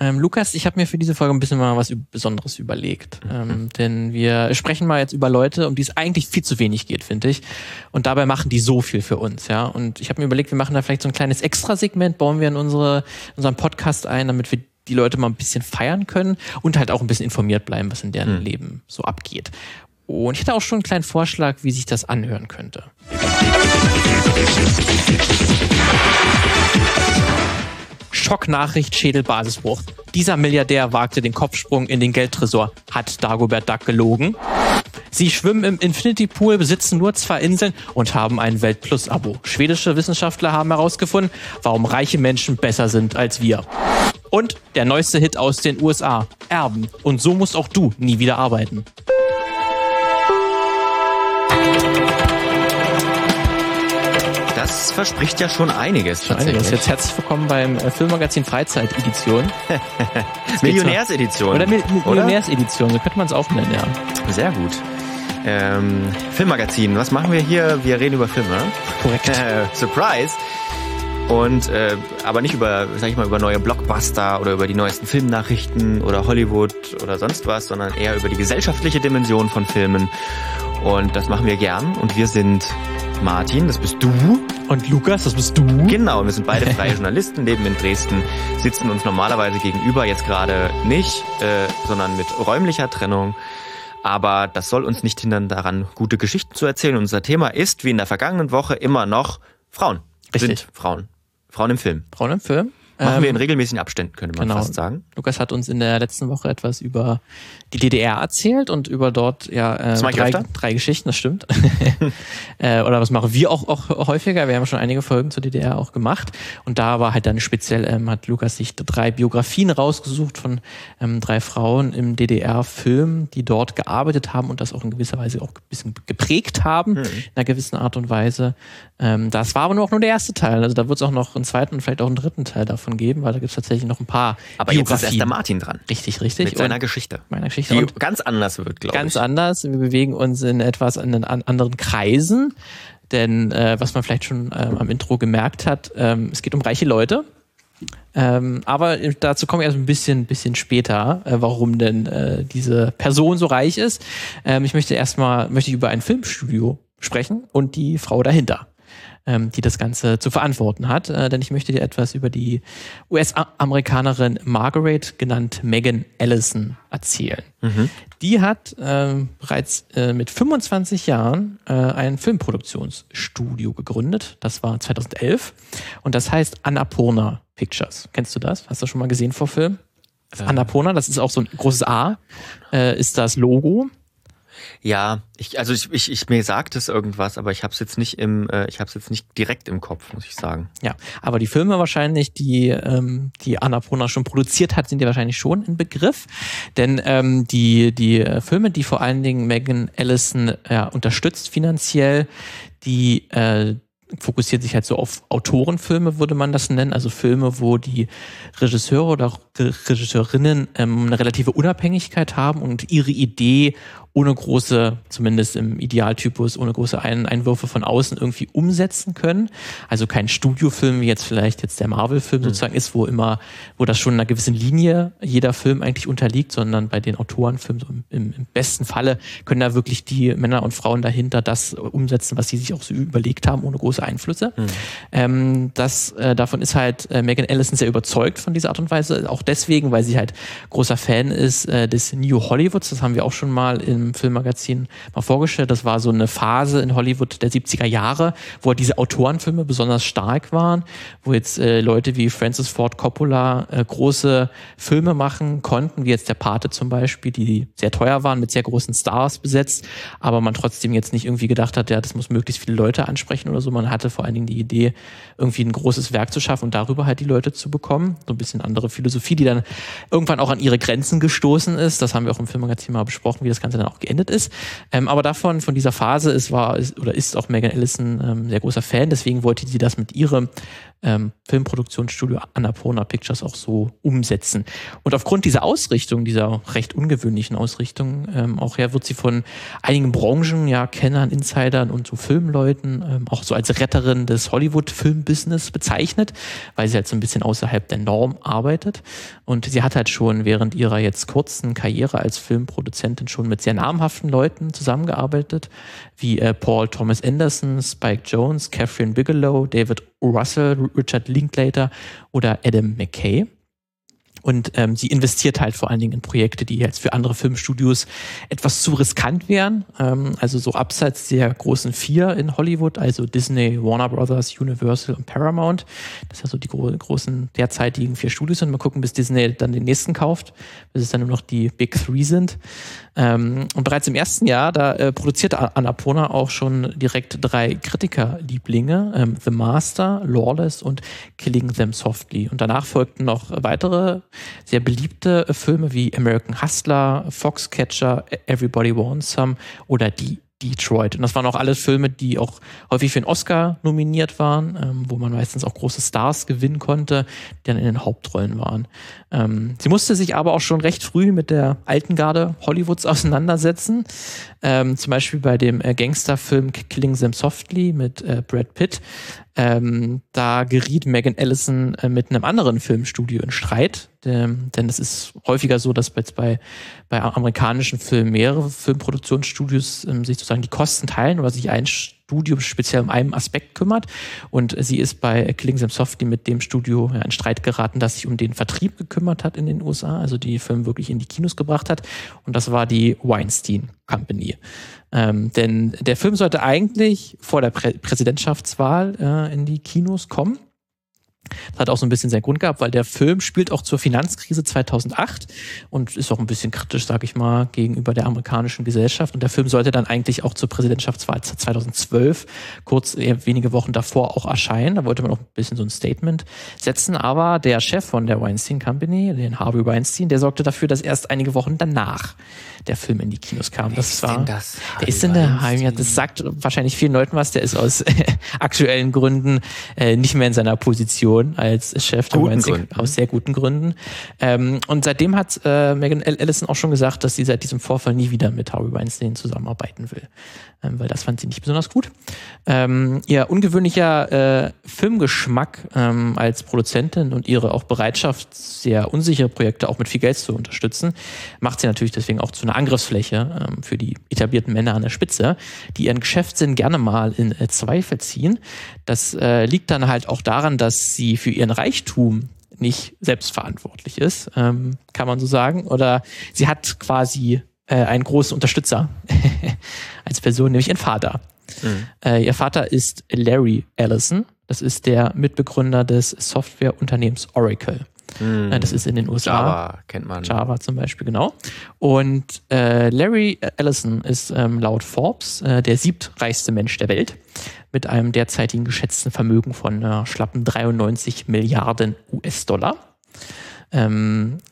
Lukas, ich habe mir für diese Folge ein bisschen mal was Besonderes überlegt. Denn wir sprechen mal jetzt über Leute, um die es eigentlich viel zu wenig geht, finde ich. Und dabei machen die so viel für uns, ja. Und ich habe mir überlegt, wir machen da vielleicht so ein kleines Extrasegment, bauen wir in unseren Podcast ein, damit wir die Leute mal ein bisschen feiern können und halt auch ein bisschen informiert bleiben, was in deren Leben so abgeht. Und ich hatte auch schon einen kleinen Vorschlag, wie sich das anhören könnte. Schocknachricht, Schädelbasisbruch. Dieser Milliardär wagte den Kopfsprung in den Geldtresor. Hat Dagobert Duck gelogen? Sie schwimmen im Infinity Pool, besitzen nur 2 Inseln und haben ein Weltplus-Abo. Schwedische Wissenschaftler haben herausgefunden, warum reiche Menschen besser sind als wir. Und der neueste Hit aus den USA. Erben. Und so musst auch du nie wieder arbeiten. Das verspricht ja schon einiges. Jetzt herzlich willkommen beim Filmmagazin Freizeit-Edition. Millionärs-Edition. Oder Millionärs-Edition, so könnte man es auch nennen, ja. Sehr gut. Filmmagazin, was machen wir hier? Wir reden über Filme. Korrekt. Surprise. Und aber nicht über, sag ich mal, über neue Blockbuster oder über die neuesten Filmnachrichten oder Hollywood oder sonst was, sondern eher über die gesellschaftliche Dimension von Filmen. Und das machen wir gern. Und wir sind Martin, das bist du. Und Lukas, das bist du. Genau, wir sind beide freie Journalisten, leben in Dresden, sitzen uns normalerweise gegenüber, jetzt gerade nicht, sondern mit räumlicher Trennung. Aber das soll uns nicht hindern daran, gute Geschichten zu erzählen. Unser Thema ist, wie in der vergangenen Woche, immer noch Frauen. Richtig. Sind Frauen. Frauen im Film. Frauen im Film. Machen wir in regelmäßigen Abständen, könnte man fast sagen. Lukas hat uns in der letzten Woche etwas über die DDR erzählt und über dort drei Geschichten, das stimmt. Oder was machen wir auch häufiger. Wir haben schon einige Folgen zur DDR auch gemacht. Und da war halt dann speziell, hat Lukas sich 3 Biografien rausgesucht von 3 Frauen im DDR-Film, die dort gearbeitet haben und das auch in gewisser Weise auch ein bisschen geprägt haben, in einer gewissen Art und Weise. Das war aber nur der erste Teil. Also da wird es auch noch einen zweiten und vielleicht auch einen dritten Teil davon geben, weil da gibt es tatsächlich noch ein paar Aber jetzt ist erst der Martin dran. Richtig. Mit seiner Geschichte. Die und ganz anders wird, glaube ich. Ganz anders. Wir bewegen uns in etwas in anderen Kreisen. Denn was man vielleicht schon am Intro gemerkt hat, es geht um reiche Leute. Aber dazu komme ich erst ein bisschen später, warum denn diese Person so reich ist. Ich möchte über ein Filmstudio sprechen und die Frau dahinter, die das Ganze zu verantworten hat. Denn ich möchte dir etwas über die US-Amerikanerin Margaret, genannt Megan Ellison, erzählen. Die hat bereits mit 25 Jahren ein Filmproduktionsstudio gegründet. Das war 2011. Und das heißt Annapurna Pictures. Kennst du das? Hast du schon mal gesehen vor Film? Annapurna, das ist auch so ein großes A, ist das Logo. Ja, mir sagt es irgendwas, aber ich habe es jetzt nicht direkt im Kopf, muss ich sagen. Ja, aber die Filme wahrscheinlich, die Annapurna schon produziert hat, sind ja wahrscheinlich schon ein Begriff, denn die Filme, die vor allen Dingen Megan Ellison unterstützt finanziell, die fokussiert sich halt so auf Autorenfilme, würde man das nennen, also Filme, wo die Regisseure oder Regisseurinnen eine relative Unabhängigkeit haben und ihre Idee ohne große, zumindest im Idealtypus, ohne große Einwürfe von außen irgendwie umsetzen können. Also kein Studiofilm, wie jetzt der Marvel-Film sozusagen ist, wo das schon einer gewissen Linie jeder Film eigentlich unterliegt, sondern bei den Autorenfilmen, so im besten Falle, können da wirklich die Männer und Frauen dahinter das umsetzen, was sie sich auch so überlegt haben, ohne große Einflüsse. Davon ist halt Megan Ellison sehr überzeugt von dieser Art und Weise, auch deswegen, weil sie halt großer Fan ist des New Hollywoods. Das haben wir auch schon mal im Filmmagazin mal vorgestellt. Das war so eine Phase in Hollywood der 70er Jahre, wo diese Autorenfilme besonders stark waren, wo jetzt Leute wie Francis Ford Coppola große Filme machen konnten, wie jetzt der Pate zum Beispiel, die sehr teuer waren, mit sehr großen Stars besetzt, aber man trotzdem jetzt nicht irgendwie gedacht hat, ja, das muss möglichst viele Leute ansprechen oder so. Man hatte vor allen Dingen die Idee, irgendwie ein großes Werk zu schaffen und darüber halt die Leute zu bekommen. So ein bisschen andere Philosophie, die dann irgendwann auch an ihre Grenzen gestoßen ist. Das haben wir auch im Filmmagazin mal besprochen, wie das Ganze dann auch geendet ist. Aber von dieser Phase ist auch Megan Ellison sehr großer Fan. Deswegen wollte sie das mit ihrem Filmproduktionsstudio Annapurna Pictures auch so umsetzen. Und aufgrund dieser Ausrichtung, dieser recht ungewöhnlichen Ausrichtung, auch wird sie von einigen Branchen, ja, Kennern, Insidern und so Filmleuten auch so als Retterin des Hollywood-Filmbusiness bezeichnet, weil sie halt so ein bisschen außerhalb der Norm arbeitet. Und sie hat halt schon während ihrer jetzt kurzen Karriere als Filmproduzentin schon mit sehr namhaften Leuten zusammengearbeitet, wie Paul Thomas Anderson, Spike Jonze, Catherine Bigelow, David Russell, Richard Linklater oder Adam McKay. Und sie investiert halt vor allen Dingen in Projekte, die jetzt für andere Filmstudios etwas zu riskant wären. Also so abseits der großen 4 in Hollywood, also Disney, Warner Brothers, Universal und Paramount. Das sind ja so die großen derzeitigen 4 Studios. Und mal gucken, bis Disney dann den nächsten kauft, bis es dann nur noch die Big 3 sind. Und bereits im ersten Jahr, da produzierte Annapurna auch schon direkt 3 Kritikerlieblinge, The Master, Lawless und Killing Them Softly. Und danach folgten noch weitere sehr beliebte Filme wie American Hustler, Foxcatcher, Everybody Wants Some oder Detroit. Und das waren auch alles Filme, die auch häufig für einen Oscar nominiert waren, wo man meistens auch große Stars gewinnen konnte, die dann in den Hauptrollen waren. Sie musste sich aber auch schon recht früh mit der alten Garde Hollywoods auseinandersetzen. Zum Beispiel bei dem Gangsterfilm Killing Them Softly mit Brad Pitt. Da geriet Megan Ellison mit einem anderen Filmstudio in Streit, denn es ist häufiger so, dass bei amerikanischen Filmen mehrere Filmproduktionsstudios sich sozusagen die Kosten teilen oder sich ein Studio speziell um einen Aspekt kümmert. Und sie ist bei Killing Them Softly mit dem Studio in Streit geraten, das sich um den Vertrieb gekümmert hat in den USA, also die Filme wirklich in die Kinos gebracht hat. Und das war die Weinstein Company. Denn der Film sollte eigentlich vor der Präsidentschaftswahl in die Kinos kommen. Das hat auch so ein bisschen seinen Grund gehabt, weil der Film spielt auch zur Finanzkrise 2008 und ist auch ein bisschen kritisch, sag ich mal, gegenüber der amerikanischen Gesellschaft. Und der Film sollte dann eigentlich auch zur Präsidentschaftswahl 2012, kurz wenige Wochen davor, auch erscheinen. Da wollte man auch ein bisschen so ein Statement setzen. Aber der Chef von der Weinstein Company, den Harvey Weinstein, der sorgte dafür, dass erst einige Wochen danach der Film in die Kinos kam. Das sagt wahrscheinlich vielen Leuten was. Der ist aus aktuellen Gründen nicht mehr in seiner Position als Chef der Weinstein, aus sehr guten Gründen. Und seitdem hat Megan Ellison auch schon gesagt, dass sie seit diesem Vorfall nie wieder mit Harvey Weinstein zusammenarbeiten will. Weil das fand sie nicht besonders gut. Ihr ungewöhnlicher Filmgeschmack als Produzentin und ihre auch Bereitschaft, sehr unsichere Projekte auch mit viel Geld zu unterstützen, macht sie natürlich deswegen auch zu einer Angriffsfläche für die etablierten Männer an der Spitze, die ihren Geschäftssinn gerne mal in Zweifel ziehen. Das liegt dann halt auch daran, dass sie für ihren Reichtum nicht selbstverantwortlich ist, kann man so sagen. Oder sie hat quasi einen großen Unterstützer als Person, nämlich ihren Vater. Ihr Vater ist Larry Ellison. Das ist der Mitbegründer des Softwareunternehmens Oracle. Das ist in den USA. Java kennt man. Java zum Beispiel, genau. Und Larry Ellison ist laut Forbes der 7. reichste Mensch der Welt mit einem derzeitigen geschätzten Vermögen von schlappen 93 Milliarden US-Dollar. Und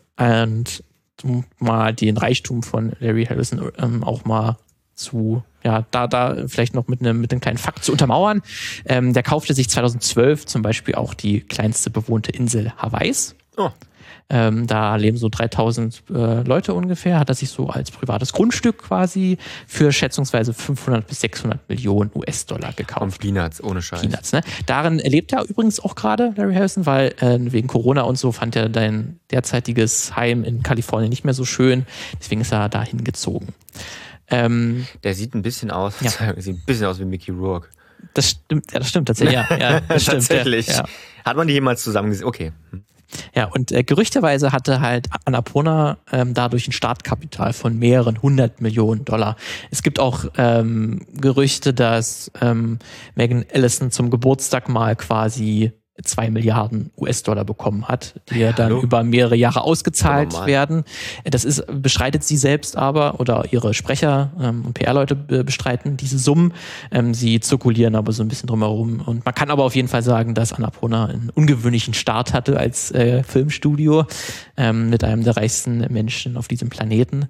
um mal den Reichtum von Larry Ellison auch mal zu, ja, da vielleicht noch mit einem kleinen Fakt zu untermauern. Der kaufte sich 2012 zum Beispiel auch die kleinste bewohnte Insel Hawaiis. Oh. Da leben so 3000 Leute ungefähr, hat er sich so als privates Grundstück quasi für schätzungsweise 500 bis 600 Millionen US-Dollar gekauft. Und Peanuts, ohne Scheiß. Peanuts, ne? Darin lebt er übrigens auch gerade, Larry Ellison, weil wegen Corona und so fand er dein derzeitiges Heim in Kalifornien nicht mehr so schön, deswegen ist er da hingezogen. Der sieht ein bisschen aus, sieht ein bisschen aus wie Mickey Rourke. Das stimmt tatsächlich, ja, das stimmt. Tatsächlich. Ja. Hat man die jemals zusammen gesehen? Okay. Ja, und gerüchteweise hatte halt Annapurna dadurch ein Startkapital von mehreren 100 Millionen Dollar. Es gibt auch Gerüchte, dass Megan Ellison zum Geburtstag mal quasi 2 Milliarden US-Dollar bekommen hat, die dann über mehrere Jahre ausgezahlt werden. Das bestreitet sie selbst aber, oder ihre Sprecher und PR-Leute bestreiten diese Summen. Sie zirkulieren aber so ein bisschen drumherum. Und man kann aber auf jeden Fall sagen, dass Annapurna einen ungewöhnlichen Start hatte als Filmstudio mit einem der reichsten Menschen auf diesem Planeten.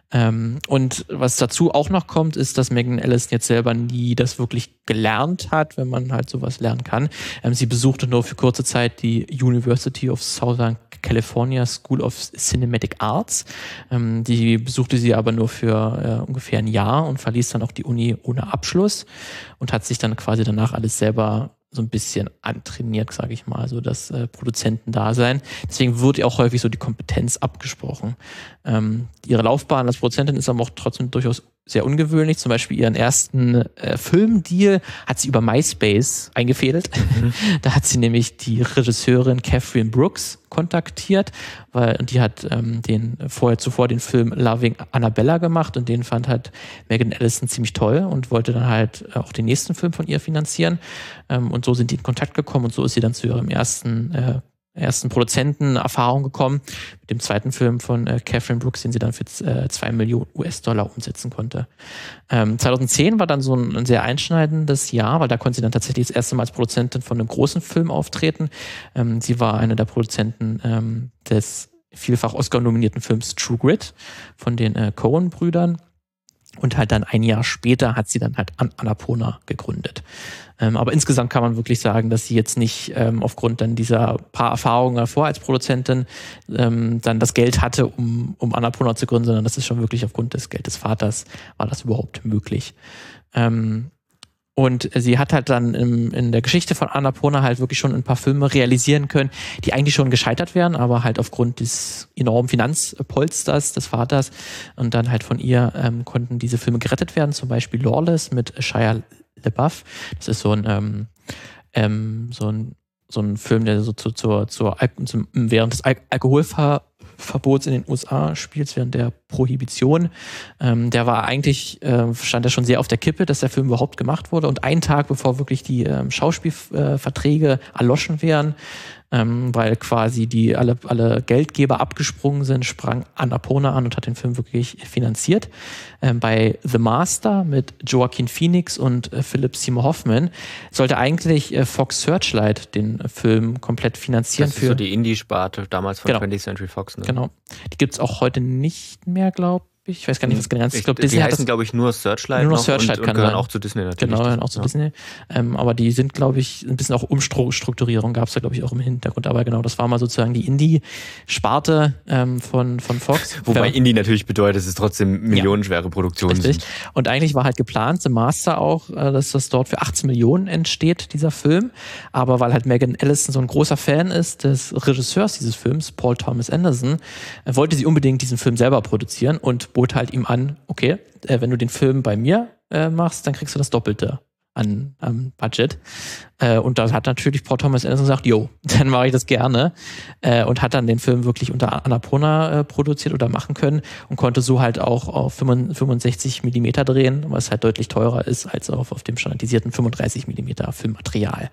Und was dazu auch noch kommt, ist, dass Megan Ellison jetzt selber nie das wirklich gelernt hat, wenn man halt sowas lernen kann. Sie besuchte nur für kurze Zeit die University of Southern California School of Cinematic Arts. Die besuchte sie aber nur für ungefähr ein Jahr und verließ dann auch die Uni ohne Abschluss und hat sich dann quasi danach alles selber so ein bisschen antrainiert, sage ich mal, so das Produzentendasein. Deswegen wird ihr auch häufig so die Kompetenz abgesprochen. Ihre Laufbahn als Produzentin ist aber auch trotzdem durchaus sehr ungewöhnlich. Zum Beispiel ihren ersten Filmdeal hat sie über MySpace eingefädelt. Da hat sie nämlich die Regisseurin Catherine Brooks kontaktiert, weil die hat zuvor den Film Loving Annabella gemacht und den fand halt Megan Ellison ziemlich toll und wollte dann halt auch den nächsten Film von ihr finanzieren. Und so sind die in Kontakt gekommen und so ist sie dann zu ihrem ersten Produzentenerfahrung gekommen. Mit dem zweiten Film von Catherine Brooks, den sie dann für 2 Millionen US-Dollar umsetzen konnte. 2010 war dann so ein sehr einschneidendes Jahr, weil da konnte sie dann tatsächlich das erste Mal als Produzentin von einem großen Film auftreten. Sie war eine der Produzenten des vielfach Oscar-nominierten Films True Grit von den Coen-Brüdern. Und halt dann ein Jahr später hat sie dann halt Annapurna gegründet. Aber insgesamt kann man wirklich sagen, dass sie jetzt nicht aufgrund dann dieser paar Erfahrungen davor als Produzentin dann das Geld hatte, um Annapurna zu gründen, sondern das ist schon wirklich aufgrund des Geldes des Vaters war das überhaupt möglich. Und sie hat halt dann in der Geschichte von Annapurna halt wirklich schon ein paar Filme realisieren können, die eigentlich schon gescheitert wären, aber halt aufgrund des enormen Finanzpolsters des Vaters und dann halt von ihr konnten diese Filme gerettet werden, zum Beispiel Lawless mit Shia LaBeouf. Das ist so ein Film, der so während des Alkoholverbots in den USA spielt, während der Prohibition. Der war eigentlich, stand ja schon sehr auf der Kippe, dass der Film überhaupt gemacht wurde. Und einen Tag bevor wirklich die Schauspielverträge erloschen wären, weil quasi alle Geldgeber abgesprungen sind, sprang Annapurna an und hat den Film wirklich finanziert. Bei The Master mit Joaquin Phoenix und Philip Seymour Hoffman sollte eigentlich Fox Searchlight den Film komplett finanzieren. Das ist so die Indie-Sparte damals von 20th Century Fox. Ne? Genau. Die gibt's auch heute nicht mehr, glaube ich. Ich weiß gar nicht, was genau ist. Ich glaube, Disney heißen, glaube ich, nur Searchlight nur noch Searchlight und gehören auch zu Disney natürlich. Genau, gehören auch zu Disney. Aber die sind, glaube ich, ein bisschen auch Umstrukturierung gab es da, glaube ich, auch im Hintergrund. Aber genau, das war mal sozusagen die Indie-Sparte von Fox. Wobei Indie natürlich bedeutet, dass es trotzdem millionenschwere Produktionen sind. Und eigentlich war halt geplant, The Master auch, dass das dort für 18 Millionen entsteht, dieser Film. Aber weil halt Megan Ellison so ein großer Fan ist des Regisseurs dieses Films, Paul Thomas Anderson, wollte sie unbedingt diesen Film selber produzieren und bot halt ihm an, okay, wenn du den Film bei mir machst, dann kriegst du das Doppelte an Budget. Und da hat natürlich Paul Thomas Anderson gesagt, jo, dann mache ich das gerne. Und hat dann den Film wirklich unter Annapurna produziert oder machen können und konnte so halt auch auf 65 Millimeter drehen, was halt deutlich teurer ist als auf dem standardisierten 35 Millimeter Filmmaterial.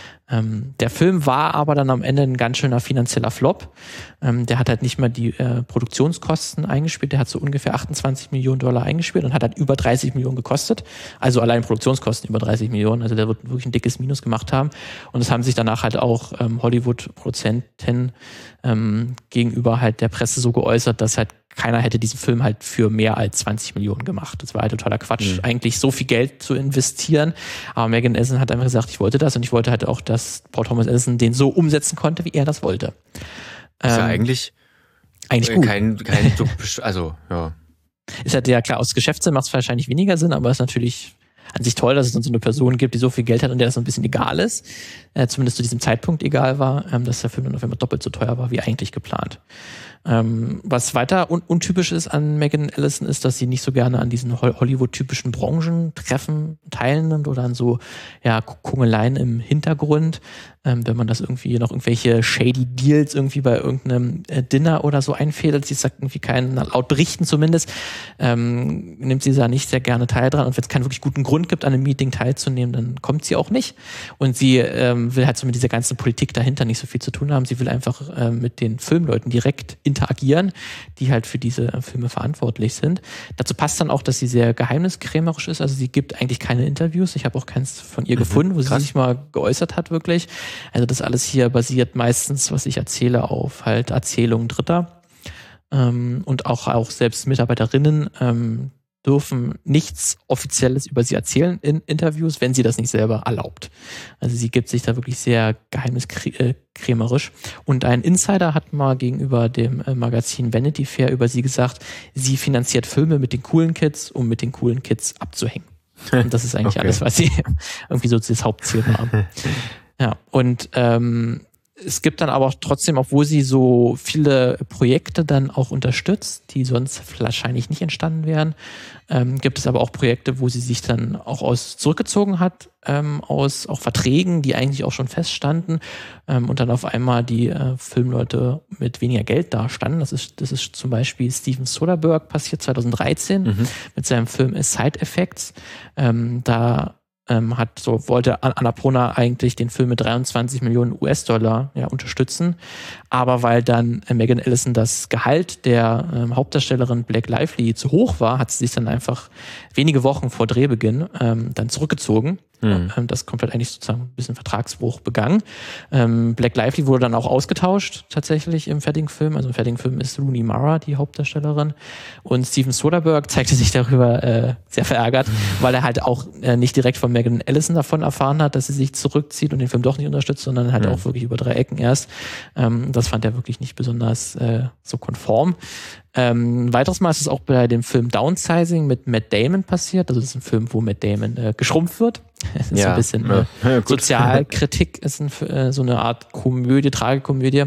Der Film war aber dann am Ende ein ganz schöner finanzieller Flop. Der hat halt nicht mal die Produktionskosten eingespielt. Der hat so ungefähr 28 Millionen Dollar eingespielt und hat halt über 30 Millionen gekostet. Also allein Produktionskosten über 30 Millionen. Also der wird wirklich ein dickes Minus gemacht haben. Und es haben sich danach halt auch Hollywood-Produzenten gegenüber halt der Presse so geäußert, dass halt keiner hätte diesen Film halt für mehr als 20 Millionen gemacht. Das war halt totaler Quatsch, eigentlich so viel Geld zu investieren. Aber Megan Ellison hat einfach gesagt, ich wollte das und ich wollte halt auch, dass Paul Thomas Anderson den so umsetzen konnte, wie er das wollte. Ist ja eigentlich gut. Also, ja. Ist halt ja klar, aus Geschäftssinn macht es wahrscheinlich weniger Sinn, aber es ist natürlich an sich toll, dass es dann so eine Person gibt, die so viel Geld hat und der das so ein bisschen egal ist. Zumindest zu diesem Zeitpunkt egal war, dass der Film dann auf einmal doppelt so teuer war, wie eigentlich geplant. Was weiter untypisch ist an Megan Ellison ist, dass sie nicht so gerne an diesen Hollywood-typischen Branchentreffen teilnimmt oder an so Kungeleien im Hintergrund. Wenn man das irgendwie noch irgendwelche shady Deals irgendwie bei irgendeinem Dinner oder so einfädelt, sie sagt irgendwie keinen, laut Berichten zumindest, nimmt sie da nicht sehr gerne teil dran. Und wenn es keinen wirklich guten Grund gibt, an einem Meeting teilzunehmen, dann kommt sie auch nicht. Und sie will halt so mit dieser ganzen Politik dahinter nicht so viel zu tun haben. Sie will einfach mit den Filmleuten direkt interagieren, die halt für diese Filme verantwortlich sind. Dazu passt dann auch, dass sie sehr geheimniskrämerisch ist. Also sie gibt eigentlich keine Interviews. Ich habe auch keins von ihr gefunden, wo sie sich mal geäußert hat wirklich. Also das alles hier basiert meistens, was ich erzähle, auf halt Erzählungen Dritter. und auch selbst Mitarbeiterinnen dürfen nichts Offizielles über sie erzählen in Interviews, wenn sie das nicht selber erlaubt. Also sie gibt sich da wirklich sehr geheimniskrämerisch. Und ein Insider hat mal gegenüber dem Magazin Vanity Fair über sie gesagt, sie finanziert Filme mit den coolen Kids, um mit den coolen Kids abzuhängen. Und das ist eigentlich alles, was sie irgendwie so das Hauptziel haben. Ja, und es gibt dann aber auch trotzdem, obwohl sie so viele Projekte dann auch unterstützt, die sonst wahrscheinlich nicht entstanden wären, gibt es aber auch Projekte, wo sie sich dann auch zurückgezogen hat, aus auch Verträgen, die eigentlich auch schon feststanden, und dann auf einmal die Filmleute mit weniger Geld dastanden. Das ist zum Beispiel Steven Soderbergh passiert 2013 mit seinem Film Side Effects. Wollte Annapurna eigentlich den Film mit 23 Millionen US-Dollar unterstützen, aber weil dann Megan Ellison das Gehalt der Hauptdarstellerin Blake Lively zu hoch war, hat sie sich dann einfach wenige Wochen vor Drehbeginn dann zurückgezogen. Das komplett eigentlich sozusagen ein bisschen Vertragsbruch begangen. Blake Lively wurde dann auch ausgetauscht tatsächlich im fertigen Film. Also im fertigen Film ist Rooney Mara die Hauptdarstellerin und Steven Soderbergh zeigte sich darüber sehr verärgert, weil er halt auch nicht direkt von Megan Ellison davon erfahren hat, dass sie sich zurückzieht und den Film doch nicht unterstützt, sondern halt auch wirklich über 3 Ecken erst. Das fand er wirklich nicht besonders so konform. Ein weiteres Mal ist es auch bei dem Film Downsizing mit Matt Damon passiert. Also das ist ein Film, wo Matt Damon geschrumpft wird. Das ist so ein bisschen Sozialkritik, ist so eine Art Komödie, Tragikomödie.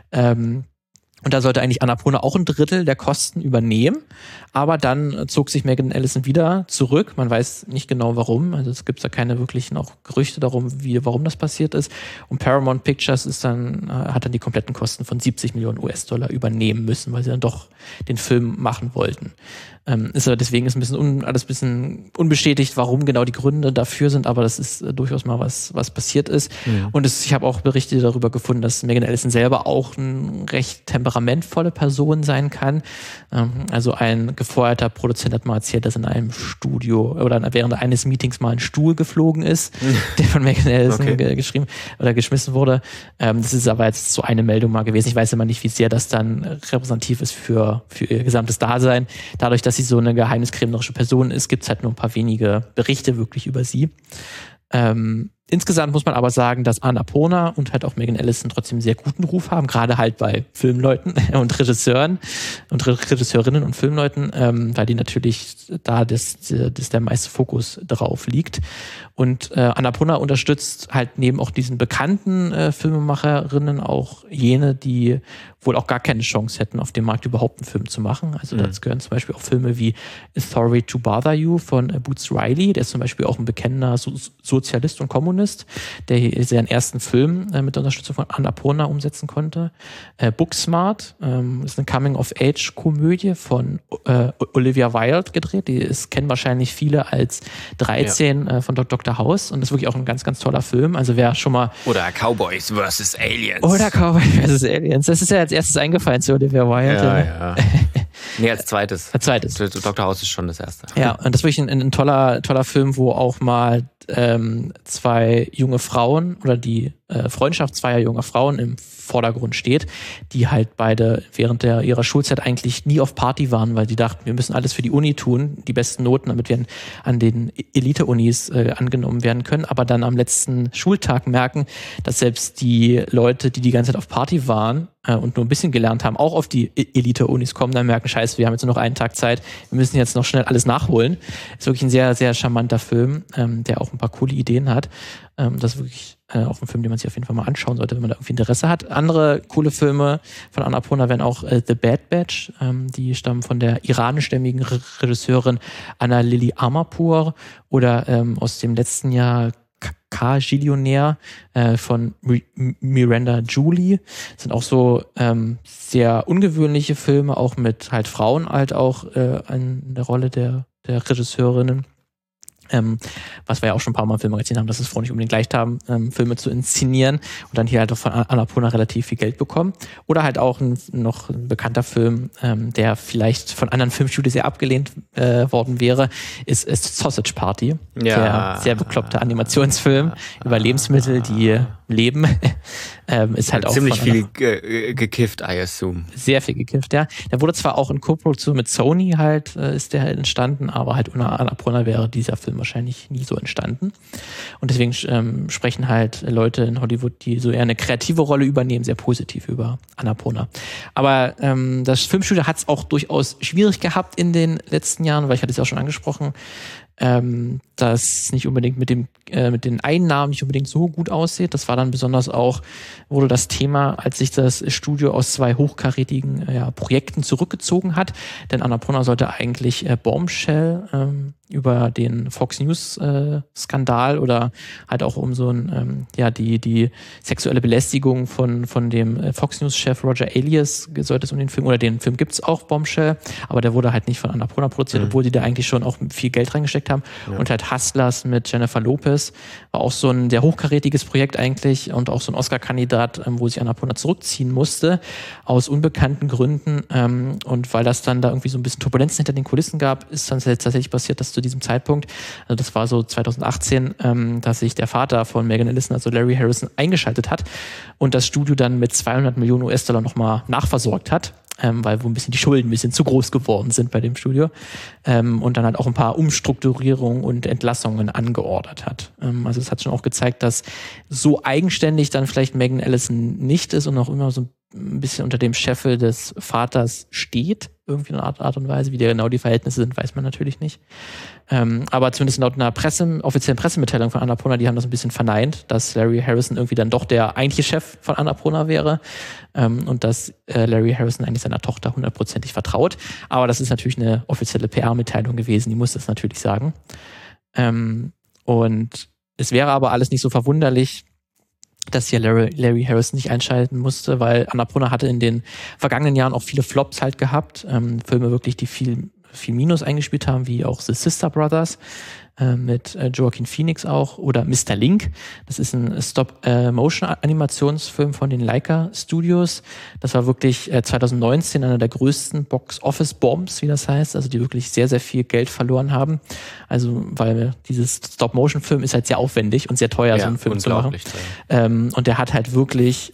Und da sollte eigentlich Annapurna auch ein Drittel der Kosten übernehmen. Aber dann zog sich Megan Ellison wieder zurück. Man weiß nicht genau warum. Also es gibt da keine wirklichen auch Gerüchte darum, warum das passiert ist. Und Paramount Pictures hat dann die kompletten Kosten von 70 Millionen US-Dollar übernehmen müssen, weil sie dann doch den Film machen wollten. Deswegen ist alles ein bisschen unbestätigt, warum genau die Gründe dafür sind, aber das ist durchaus mal was passiert ist. Und ich habe auch Berichte darüber gefunden, dass Megan Ellison selber auch eine recht temperamentvolle Person sein kann. Also ein gefeuerter Produzent hat mal erzählt, dass in einem Studio oder während eines Meetings mal ein Stuhl geflogen ist, der von Megan Ellison geschrieben oder geschmissen wurde. Das ist aber jetzt so eine Meldung mal gewesen. Ich weiß immer nicht, wie sehr das dann repräsentativ ist für ihr gesamtes Dasein. Dadurch, dass sie so eine geheimniskrämerische Person ist, gibt es halt nur ein paar wenige Berichte wirklich über sie. Insgesamt muss man aber sagen, dass Annapurna und halt auch Megan Ellison trotzdem einen sehr guten Ruf haben, gerade halt bei Filmleuten und Regisseuren und Regisseurinnen und Filmleuten, weil die natürlich da der meiste Fokus drauf liegt. Und Annapurna unterstützt halt neben auch diesen bekannten Filmemacherinnen auch jene, die wohl auch gar keine Chance hätten, auf dem Markt überhaupt einen Film zu machen. Also dazu gehören zum Beispiel auch Filme wie Sorry to Bother You von Boots Riley, der ist zum Beispiel auch ein bekennender Sozialist und Kommunist, der seinen ersten Film mit der Unterstützung von Annapurna umsetzen konnte. Booksmart ist eine Coming-of-Age-Komödie von Olivia Wilde gedreht. Kennen wahrscheinlich viele als 13 von Dr. House und das ist wirklich auch ein ganz, ganz toller Film. Also wer schon mal... Oder Cowboys vs. Aliens. Das ist ja als erstes eingefallen zu Olivia Wilde. Ja. Nee, als zweites. Dr. House ist schon das erste. Ja, und das ist wirklich ein toller Film, wo auch mal 2 junge Frauen oder die Freundschaft zweier junger Frauen im Vordergrund steht, die halt beide während ihrer Schulzeit eigentlich nie auf Party waren, weil die dachten, wir müssen alles für die Uni tun, die besten Noten, damit wir an den Elite-Unis angenommen werden können, aber dann am letzten Schultag merken, dass selbst die Leute, die ganze Zeit auf Party waren und nur ein bisschen gelernt haben, auch auf die Elite-Unis kommen, dann merken, scheiße, wir haben jetzt nur noch einen Tag Zeit, wir müssen jetzt noch schnell alles nachholen. Ist wirklich ein sehr, sehr charmanter Film, der auch ein paar coole Ideen hat. Das ist wirklich auch ein Film, den man sich auf jeden Fall mal anschauen sollte, wenn man da irgendwie Interesse hat. Andere coole Filme von Annapurna wären auch The Bad Batch. Die stammen von der iranischstämmigen Regisseurin Anna Lily Amarpour oder aus dem letzten Jahr K-Gillionär von Miranda Julie. Das sind auch so sehr ungewöhnliche Filme, auch mit halt Frauen halt auch in der Rolle der Regisseurinnen. Was wir ja auch schon ein paar Mal im Filmmagazin haben, dass es Frauen nicht unbedingt leicht haben, Filme zu inszenieren und dann hier halt auch von Annapurna relativ viel Geld bekommen. Oder halt auch noch ein bekannter Film, der vielleicht von anderen Filmstudios sehr abgelehnt worden wäre, ist Sausage Party. Ja. Der sehr bekloppte Animationsfilm über Lebensmittel, die leben. Ist halt auch ziemlich viel gekifft, I assume. Sehr viel gekifft, ja. Der wurde zwar auch in Co-Produktion mit Sony halt, ist der halt entstanden, aber halt ohne Annapurna wäre dieser Film wahrscheinlich nie so entstanden. Und deswegen sprechen halt Leute in Hollywood, die so eher eine kreative Rolle übernehmen, sehr positiv über Annapurna. Aber das Filmstudio hat es auch durchaus schwierig gehabt in den letzten Jahren, weil ich hatte es ja auch schon angesprochen, das nicht unbedingt mit den Einnahmen nicht unbedingt so gut aussieht. Das war dann besonders auch, wurde das Thema, als sich das Studio aus 2 hochkarätigen Projekten zurückgezogen hat. Denn Annapurna sollte eigentlich Bombshell über den Fox News Skandal oder halt auch um so ein die sexuelle Belästigung von dem Fox News Chef Roger Ailes sollte es um den Film, oder den Film gibt's auch, Bombshell, aber der wurde halt nicht von Annapurna produziert, obwohl die da eigentlich schon auch viel Geld reingesteckt haben. Ja. Und halt Hustlers mit Jennifer Lopez war auch so ein sehr hochkarätiges Projekt eigentlich und auch so ein Oscar-Kandidat, wo sich Annapurna zurückziehen musste, aus unbekannten Gründen. Und weil das dann da irgendwie so ein bisschen Turbulenzen hinter den Kulissen gab, ist dann tatsächlich passiert, dass zu diesem Zeitpunkt, also das war so 2018, dass sich der Vater von Megan Ellison, also Larry Harrison, eingeschaltet hat und das Studio dann mit 200 Millionen US-Dollar nochmal nachversorgt hat. Weil wo ein bisschen die Schulden ein bisschen zu groß geworden sind bei dem Studio, und dann halt auch ein paar Umstrukturierungen und Entlassungen angeordert hat. Also es hat schon auch gezeigt, dass so eigenständig dann vielleicht Megan Ellison nicht ist und auch immer so ein bisschen unter dem Scheffel des Vaters steht, irgendwie in einer Art und Weise. Wie genau die Verhältnisse sind, weiß man natürlich nicht. Aber zumindest laut einer offiziellen Pressemitteilung von Annapurna, die haben das ein bisschen verneint, dass Larry Harrison irgendwie dann doch der eigentliche Chef von Annapurna wäre, und dass Larry Harrison eigentlich seiner Tochter 100%ig vertraut. Aber das ist natürlich eine offizielle PR-Mitteilung gewesen, die muss das natürlich sagen. Und es wäre aber alles nicht so verwunderlich, dass hier Larry Harrison nicht einschalten musste, weil Annapurna hatte in den vergangenen Jahren auch viele Flops halt gehabt. Filme wirklich, die viel Minus eingespielt haben, wie auch The Sister Brothers mit Joaquin Phoenix auch, oder Mr. Link. Das ist ein Stop-Motion-Animationsfilm von den Leica Studios. Das war wirklich 2019 einer der größten Box-Office-Bombs, wie das heißt, also die wirklich sehr, sehr viel Geld verloren haben. Also, weil dieses Stop-Motion-Film ist halt sehr aufwendig und sehr teuer, so einen Film zu machen. Und der hat halt wirklich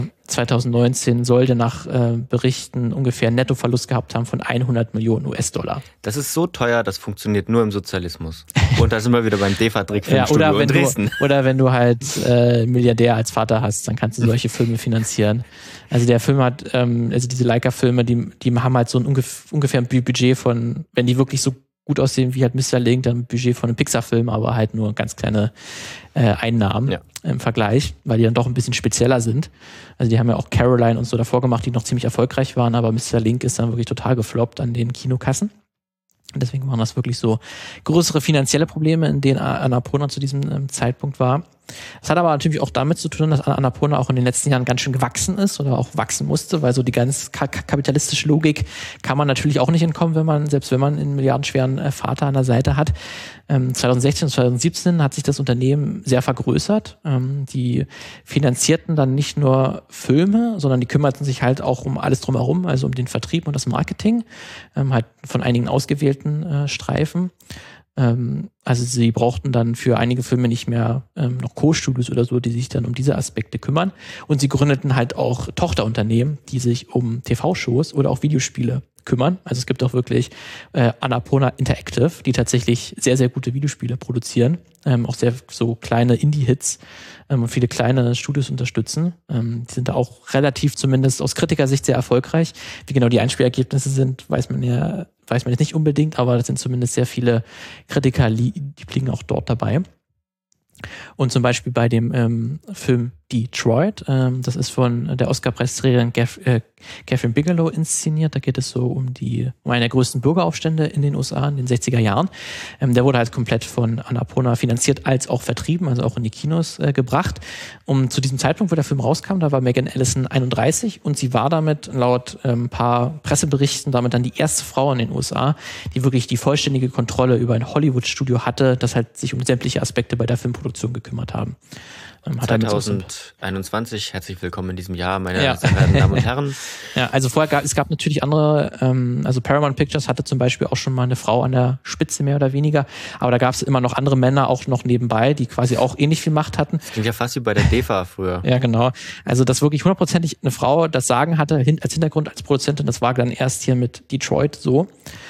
2019 sollte nach Berichten ungefähr einen Nettoverlust gehabt haben von 100 Millionen US-Dollar. Das ist so teuer, das funktioniert nur im Sozialismus. Und da sind wir wieder beim DEFA-Trick-Filmstudio in Dresden. Oder wenn du halt Milliardär als Vater hast, dann kannst du solche Filme finanzieren. Also der Film hat, also diese Leica-Filme, die haben halt so ein ungefähr ein Budget von, wenn die wirklich so gut aussehen wie halt Mr. Link, dann ein Budget von einem Pixar-Film, aber halt nur ganz kleine Einnahmen im Vergleich, weil die dann doch ein bisschen spezieller sind. Also die haben ja auch Caroline und so davor gemacht, die noch ziemlich erfolgreich waren, aber Mr. Link ist dann wirklich total gefloppt an den Kinokassen. Und deswegen waren das wirklich so größere finanzielle Probleme, in denen Annapurna zu diesem Zeitpunkt war. Es hat aber natürlich auch damit zu tun, dass Annapurna auch in den letzten Jahren ganz schön gewachsen ist oder auch wachsen musste, weil so die ganz kapitalistische Logik kann man natürlich auch nicht entkommen, selbst wenn man einen milliardenschweren Vater an der Seite hat. 2016 und 2017 hat sich das Unternehmen sehr vergrößert. Die finanzierten dann nicht nur Filme, sondern die kümmerten sich halt auch um alles drumherum, also um den Vertrieb und das Marketing, halt von einigen ausgewählten Streifen. Also sie brauchten dann für einige Filme nicht mehr noch Co-Studios oder so, die sich dann um diese Aspekte kümmern. Und sie gründeten halt auch Tochterunternehmen, die sich um TV-Shows oder auch Videospiele kümmern. Also es gibt auch wirklich Annapurna Interactive, die tatsächlich sehr, sehr gute Videospiele produzieren. Auch sehr so kleine Indie-Hits und viele kleine Studios unterstützen. Die sind da auch relativ, zumindest aus Kritikersicht, sehr erfolgreich. Wie genau die Einspielergebnisse sind, weiß man jetzt nicht unbedingt, aber das sind zumindest sehr viele Kritiker, die liegen auch dort dabei. Und zum Beispiel bei dem Film Detroit. Das ist von der Oscar-Preisträgerin Catherine Bigelow inszeniert. Da geht es so um einen der größten Bürgeraufstände in den USA in den 60er Jahren. Der wurde halt komplett von Annapurna finanziert als auch vertrieben, also auch in die Kinos gebracht. Zu diesem Zeitpunkt, wo der Film rauskam, da war Megan Ellison 31 und sie war damit laut ein paar Presseberichten damit dann die erste Frau in den USA, die wirklich die vollständige Kontrolle über ein Hollywood-Studio hatte, das halt sich um sämtliche Aspekte bei der Filmproduktion gekümmert haben. 2021, herzlich willkommen in diesem Jahr, meine sehr verehrten Damen und Herren. Ja, also es gab natürlich andere, also Paramount Pictures hatte zum Beispiel auch schon mal eine Frau an der Spitze, mehr oder weniger, aber da gab es immer noch andere Männer auch noch nebenbei, die quasi auch ähnlich viel Macht hatten. Das klingt ja fast wie bei der DEFA früher. Ja, genau. Also dass wirklich 100%ig eine Frau das Sagen hatte, als Hintergrund, als Produzentin, das war dann erst hier mit Detroit so.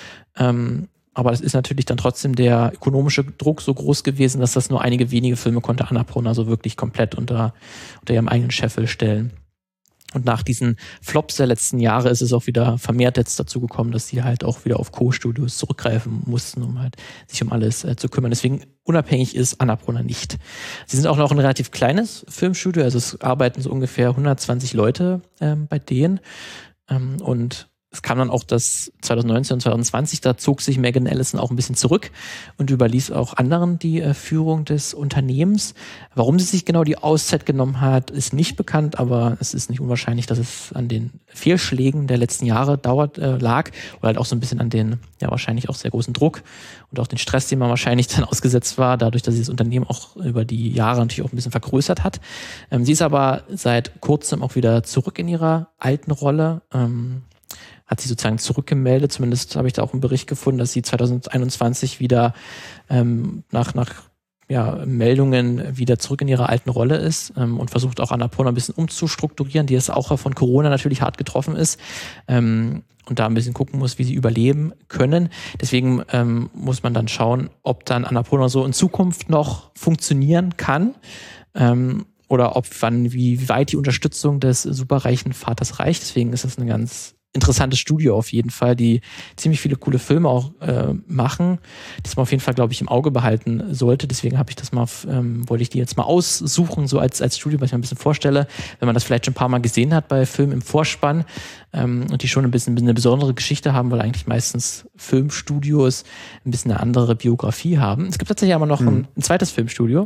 Aber das ist natürlich dann trotzdem der ökonomische Druck so groß gewesen, dass das nur einige wenige Filme konnte Annapurna so wirklich komplett unter ihrem eigenen Scheffel stellen. Und nach diesen Flops der letzten Jahre ist es auch wieder vermehrt jetzt dazu gekommen, dass sie halt auch wieder auf Co-Studios zurückgreifen mussten, um halt sich um alles zu kümmern. Deswegen unabhängig ist Annapurna nicht. Sie sind auch noch ein relativ kleines Filmstudio, also es arbeiten so ungefähr 120 Leute bei denen. Und es kam dann auch das 2019 und 2020, da zog sich Megan Ellison auch ein bisschen zurück und überließ auch anderen die Führung des Unternehmens. Warum sie sich genau die Auszeit genommen hat, ist nicht bekannt, aber es ist nicht unwahrscheinlich, dass es an den Fehlschlägen der letzten Jahre lag oder halt auch so ein bisschen an den, ja wahrscheinlich auch sehr großen Druck und auch den Stress, den man wahrscheinlich dann ausgesetzt war, dadurch, dass sie das Unternehmen auch über die Jahre natürlich auch ein bisschen vergrößert hat. Sie ist aber seit kurzem auch wieder zurück in ihrer alten Rolle, hat sich sozusagen zurückgemeldet, zumindest habe ich da auch einen Bericht gefunden, dass sie 2021 wieder nach Meldungen wieder zurück in ihrer alten Rolle ist und versucht auch Annapurna ein bisschen umzustrukturieren, die jetzt auch von Corona natürlich hart getroffen ist und da ein bisschen gucken muss, wie sie überleben können. Deswegen muss man dann schauen, ob dann Annapurna so in Zukunft noch funktionieren kann oder wie weit die Unterstützung des superreichen Vaters reicht. Deswegen ist das eine ganz interessantes Studio auf jeden Fall, die ziemlich viele coole Filme auch machen, das man auf jeden Fall, glaube ich, im Auge behalten sollte. Deswegen habe ich das mal, wollte ich die jetzt mal aussuchen, so als Studio, was ich mir ein bisschen vorstelle, wenn man das vielleicht schon ein paar Mal gesehen hat bei Filmen im Vorspann und die schon ein bisschen eine besondere Geschichte haben, weil eigentlich meistens Filmstudios ein bisschen eine andere Biografie haben. Es gibt tatsächlich aber noch ein zweites Filmstudio,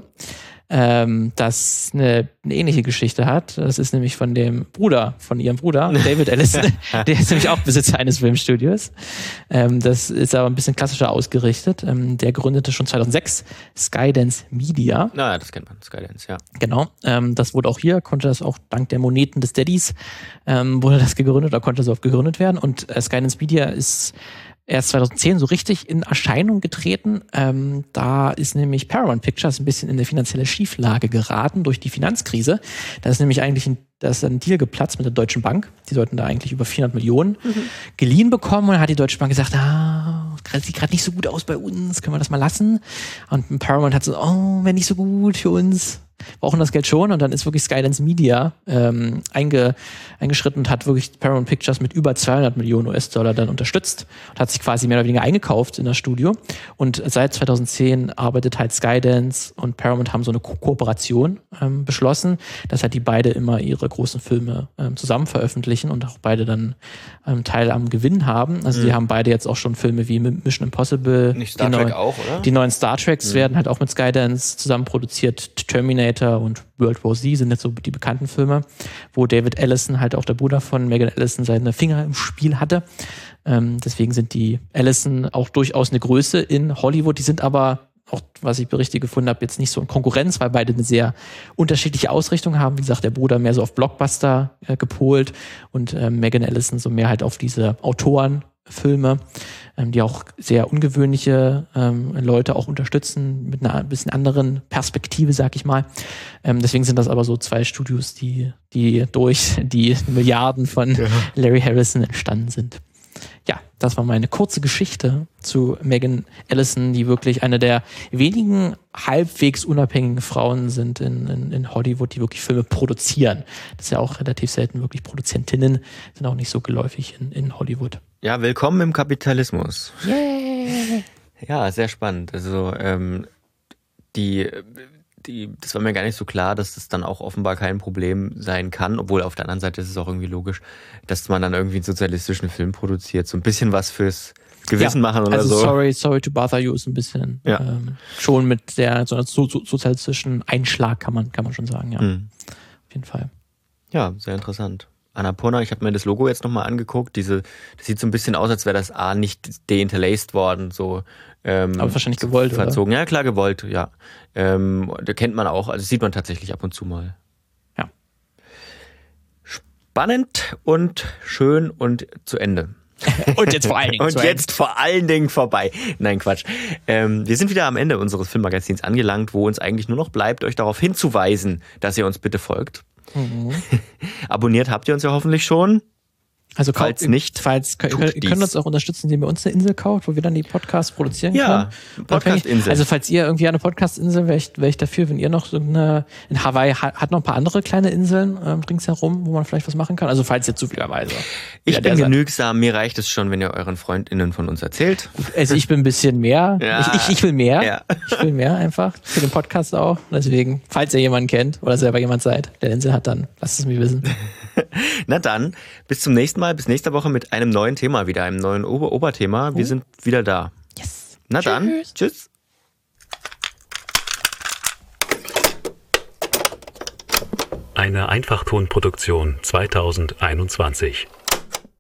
das eine ähnliche Geschichte hat. Das ist nämlich von ihrem Bruder, David Ellison. Der ist nämlich auch Besitzer eines Filmstudios. Das ist aber ein bisschen klassischer ausgerichtet. Der gründete schon 2006 Skydance Media. Na, das kennt man, Skydance, ja. Genau. Das wurde auch hier, konnte das auch dank der Moneten des Daddys, wurde das gegründet, oder konnte so oft gegründet werden. Und Skydance Media ist erst 2010 so richtig in Erscheinung getreten. Da ist nämlich Paramount Pictures ein bisschen in eine finanzielle Schieflage geraten durch die Finanzkrise. Da ist nämlich eigentlich ein Deal geplatzt mit der Deutschen Bank. Die sollten da eigentlich über 400 Millionen geliehen bekommen. Und dann hat die Deutsche Bank gesagt, sieht gerade nicht so gut aus bei uns, können wir das mal lassen? Und Paramount hat so, wäre nicht so gut für uns. Brauchen das Geld schon, und dann ist wirklich Skydance Media eingeschritten und hat wirklich Paramount Pictures mit über 200 Millionen US-Dollar dann unterstützt und hat sich quasi mehr oder weniger eingekauft in das Studio. Und seit 2010 arbeitet halt Skydance und Paramount haben so eine Kooperation beschlossen, dass halt die beide immer ihre großen Filme zusammen veröffentlichen und auch beide dann Teil am Gewinn haben. Also die haben beide jetzt auch schon Filme wie Mission Impossible. Nicht Star Trek auch, oder? Die neuen Star Treks werden halt auch mit Skydance zusammen produziert. Terminator und World War Z sind jetzt so die bekannten Filme, wo David Ellison, halt auch der Bruder von Megan Ellison, seine Finger im Spiel hatte. Deswegen sind die Ellison auch durchaus eine Größe in Hollywood. Die sind aber auch, was ich Berichte gefunden habe, jetzt nicht so in Konkurrenz, weil beide eine sehr unterschiedliche Ausrichtung haben. Wie gesagt, der Bruder mehr so auf Blockbuster gepolt und Megan Ellison so mehr halt auf diese Autorenfilme, die auch sehr ungewöhnliche Leute auch unterstützen, mit einer bisschen anderen Perspektive, sag ich mal. Deswegen sind das aber so zwei Studios, die durch die Milliarden von Larry Harrison entstanden sind. Ja, das war meine kurze Geschichte zu Megan Ellison, die wirklich eine der wenigen halbwegs unabhängigen Frauen sind in Hollywood, die wirklich Filme produzieren. Das ist ja auch relativ selten, wirklich Produzentinnen sind auch nicht so geläufig in Hollywood. Ja, willkommen im Kapitalismus. Yeah. Ja, sehr spannend. Also das war mir gar nicht so klar, dass das dann auch offenbar kein Problem sein kann, obwohl auf der anderen Seite ist es auch irgendwie logisch, dass man dann irgendwie einen sozialistischen Film produziert, so ein bisschen was fürs Gewissen machen oder also so. Sorry to bother you ist ein bisschen schon mit der so sozialistischen Einschlag kann man schon sagen, ja. Auf jeden Fall. Ja, sehr interessant. Annapurna, ich habe mir das Logo jetzt nochmal angeguckt. Das sieht so ein bisschen aus, als wäre das A nicht deinterlaced worden. So, aber wahrscheinlich gewollt, verzogen. oder? Ja, klar, gewollt, ja. Da kennt man auch, also das sieht man tatsächlich ab und zu mal. Ja. Spannend und schön und zu Ende. Und jetzt vor allen Dingen. Und jetzt vor allen Dingen vorbei. Nein, Quatsch. Wir sind wieder am Ende unseres Filmmagazins angelangt, wo uns eigentlich nur noch bleibt, euch darauf hinzuweisen, dass ihr uns bitte folgt. Abonniert habt ihr uns ja hoffentlich schon. Also falls nicht, ihr könnt uns auch unterstützen, indem ihr uns eine Insel kauft, wo wir dann die Podcasts produzieren können. Ja, Podcast-Insel. Also falls ihr irgendwie eine Podcast-Insel, wäre ich dafür, wenn ihr noch so in Hawaii hat noch ein paar andere kleine Inseln ringsherum, wo man vielleicht was machen kann. Also falls ihr zufälligerweise. Ich bin genügsam, mir reicht es schon, wenn ihr euren FreundInnen von uns erzählt. Also ich bin ein bisschen mehr. Ja. Ich will mehr. Ja. Ich will mehr einfach. Für den Podcast auch. Deswegen, falls ihr jemanden kennt oder selber jemand seid, der Insel hat, dann lasst es mich wissen. Na dann, bis zum nächsten Mal, bis nächste Woche mit einem neuen Thema wieder, einem neuen Oberthema. Wir sind wieder da. Yes. Na dann, tschüss. Eine Einfachtonproduktion 2021.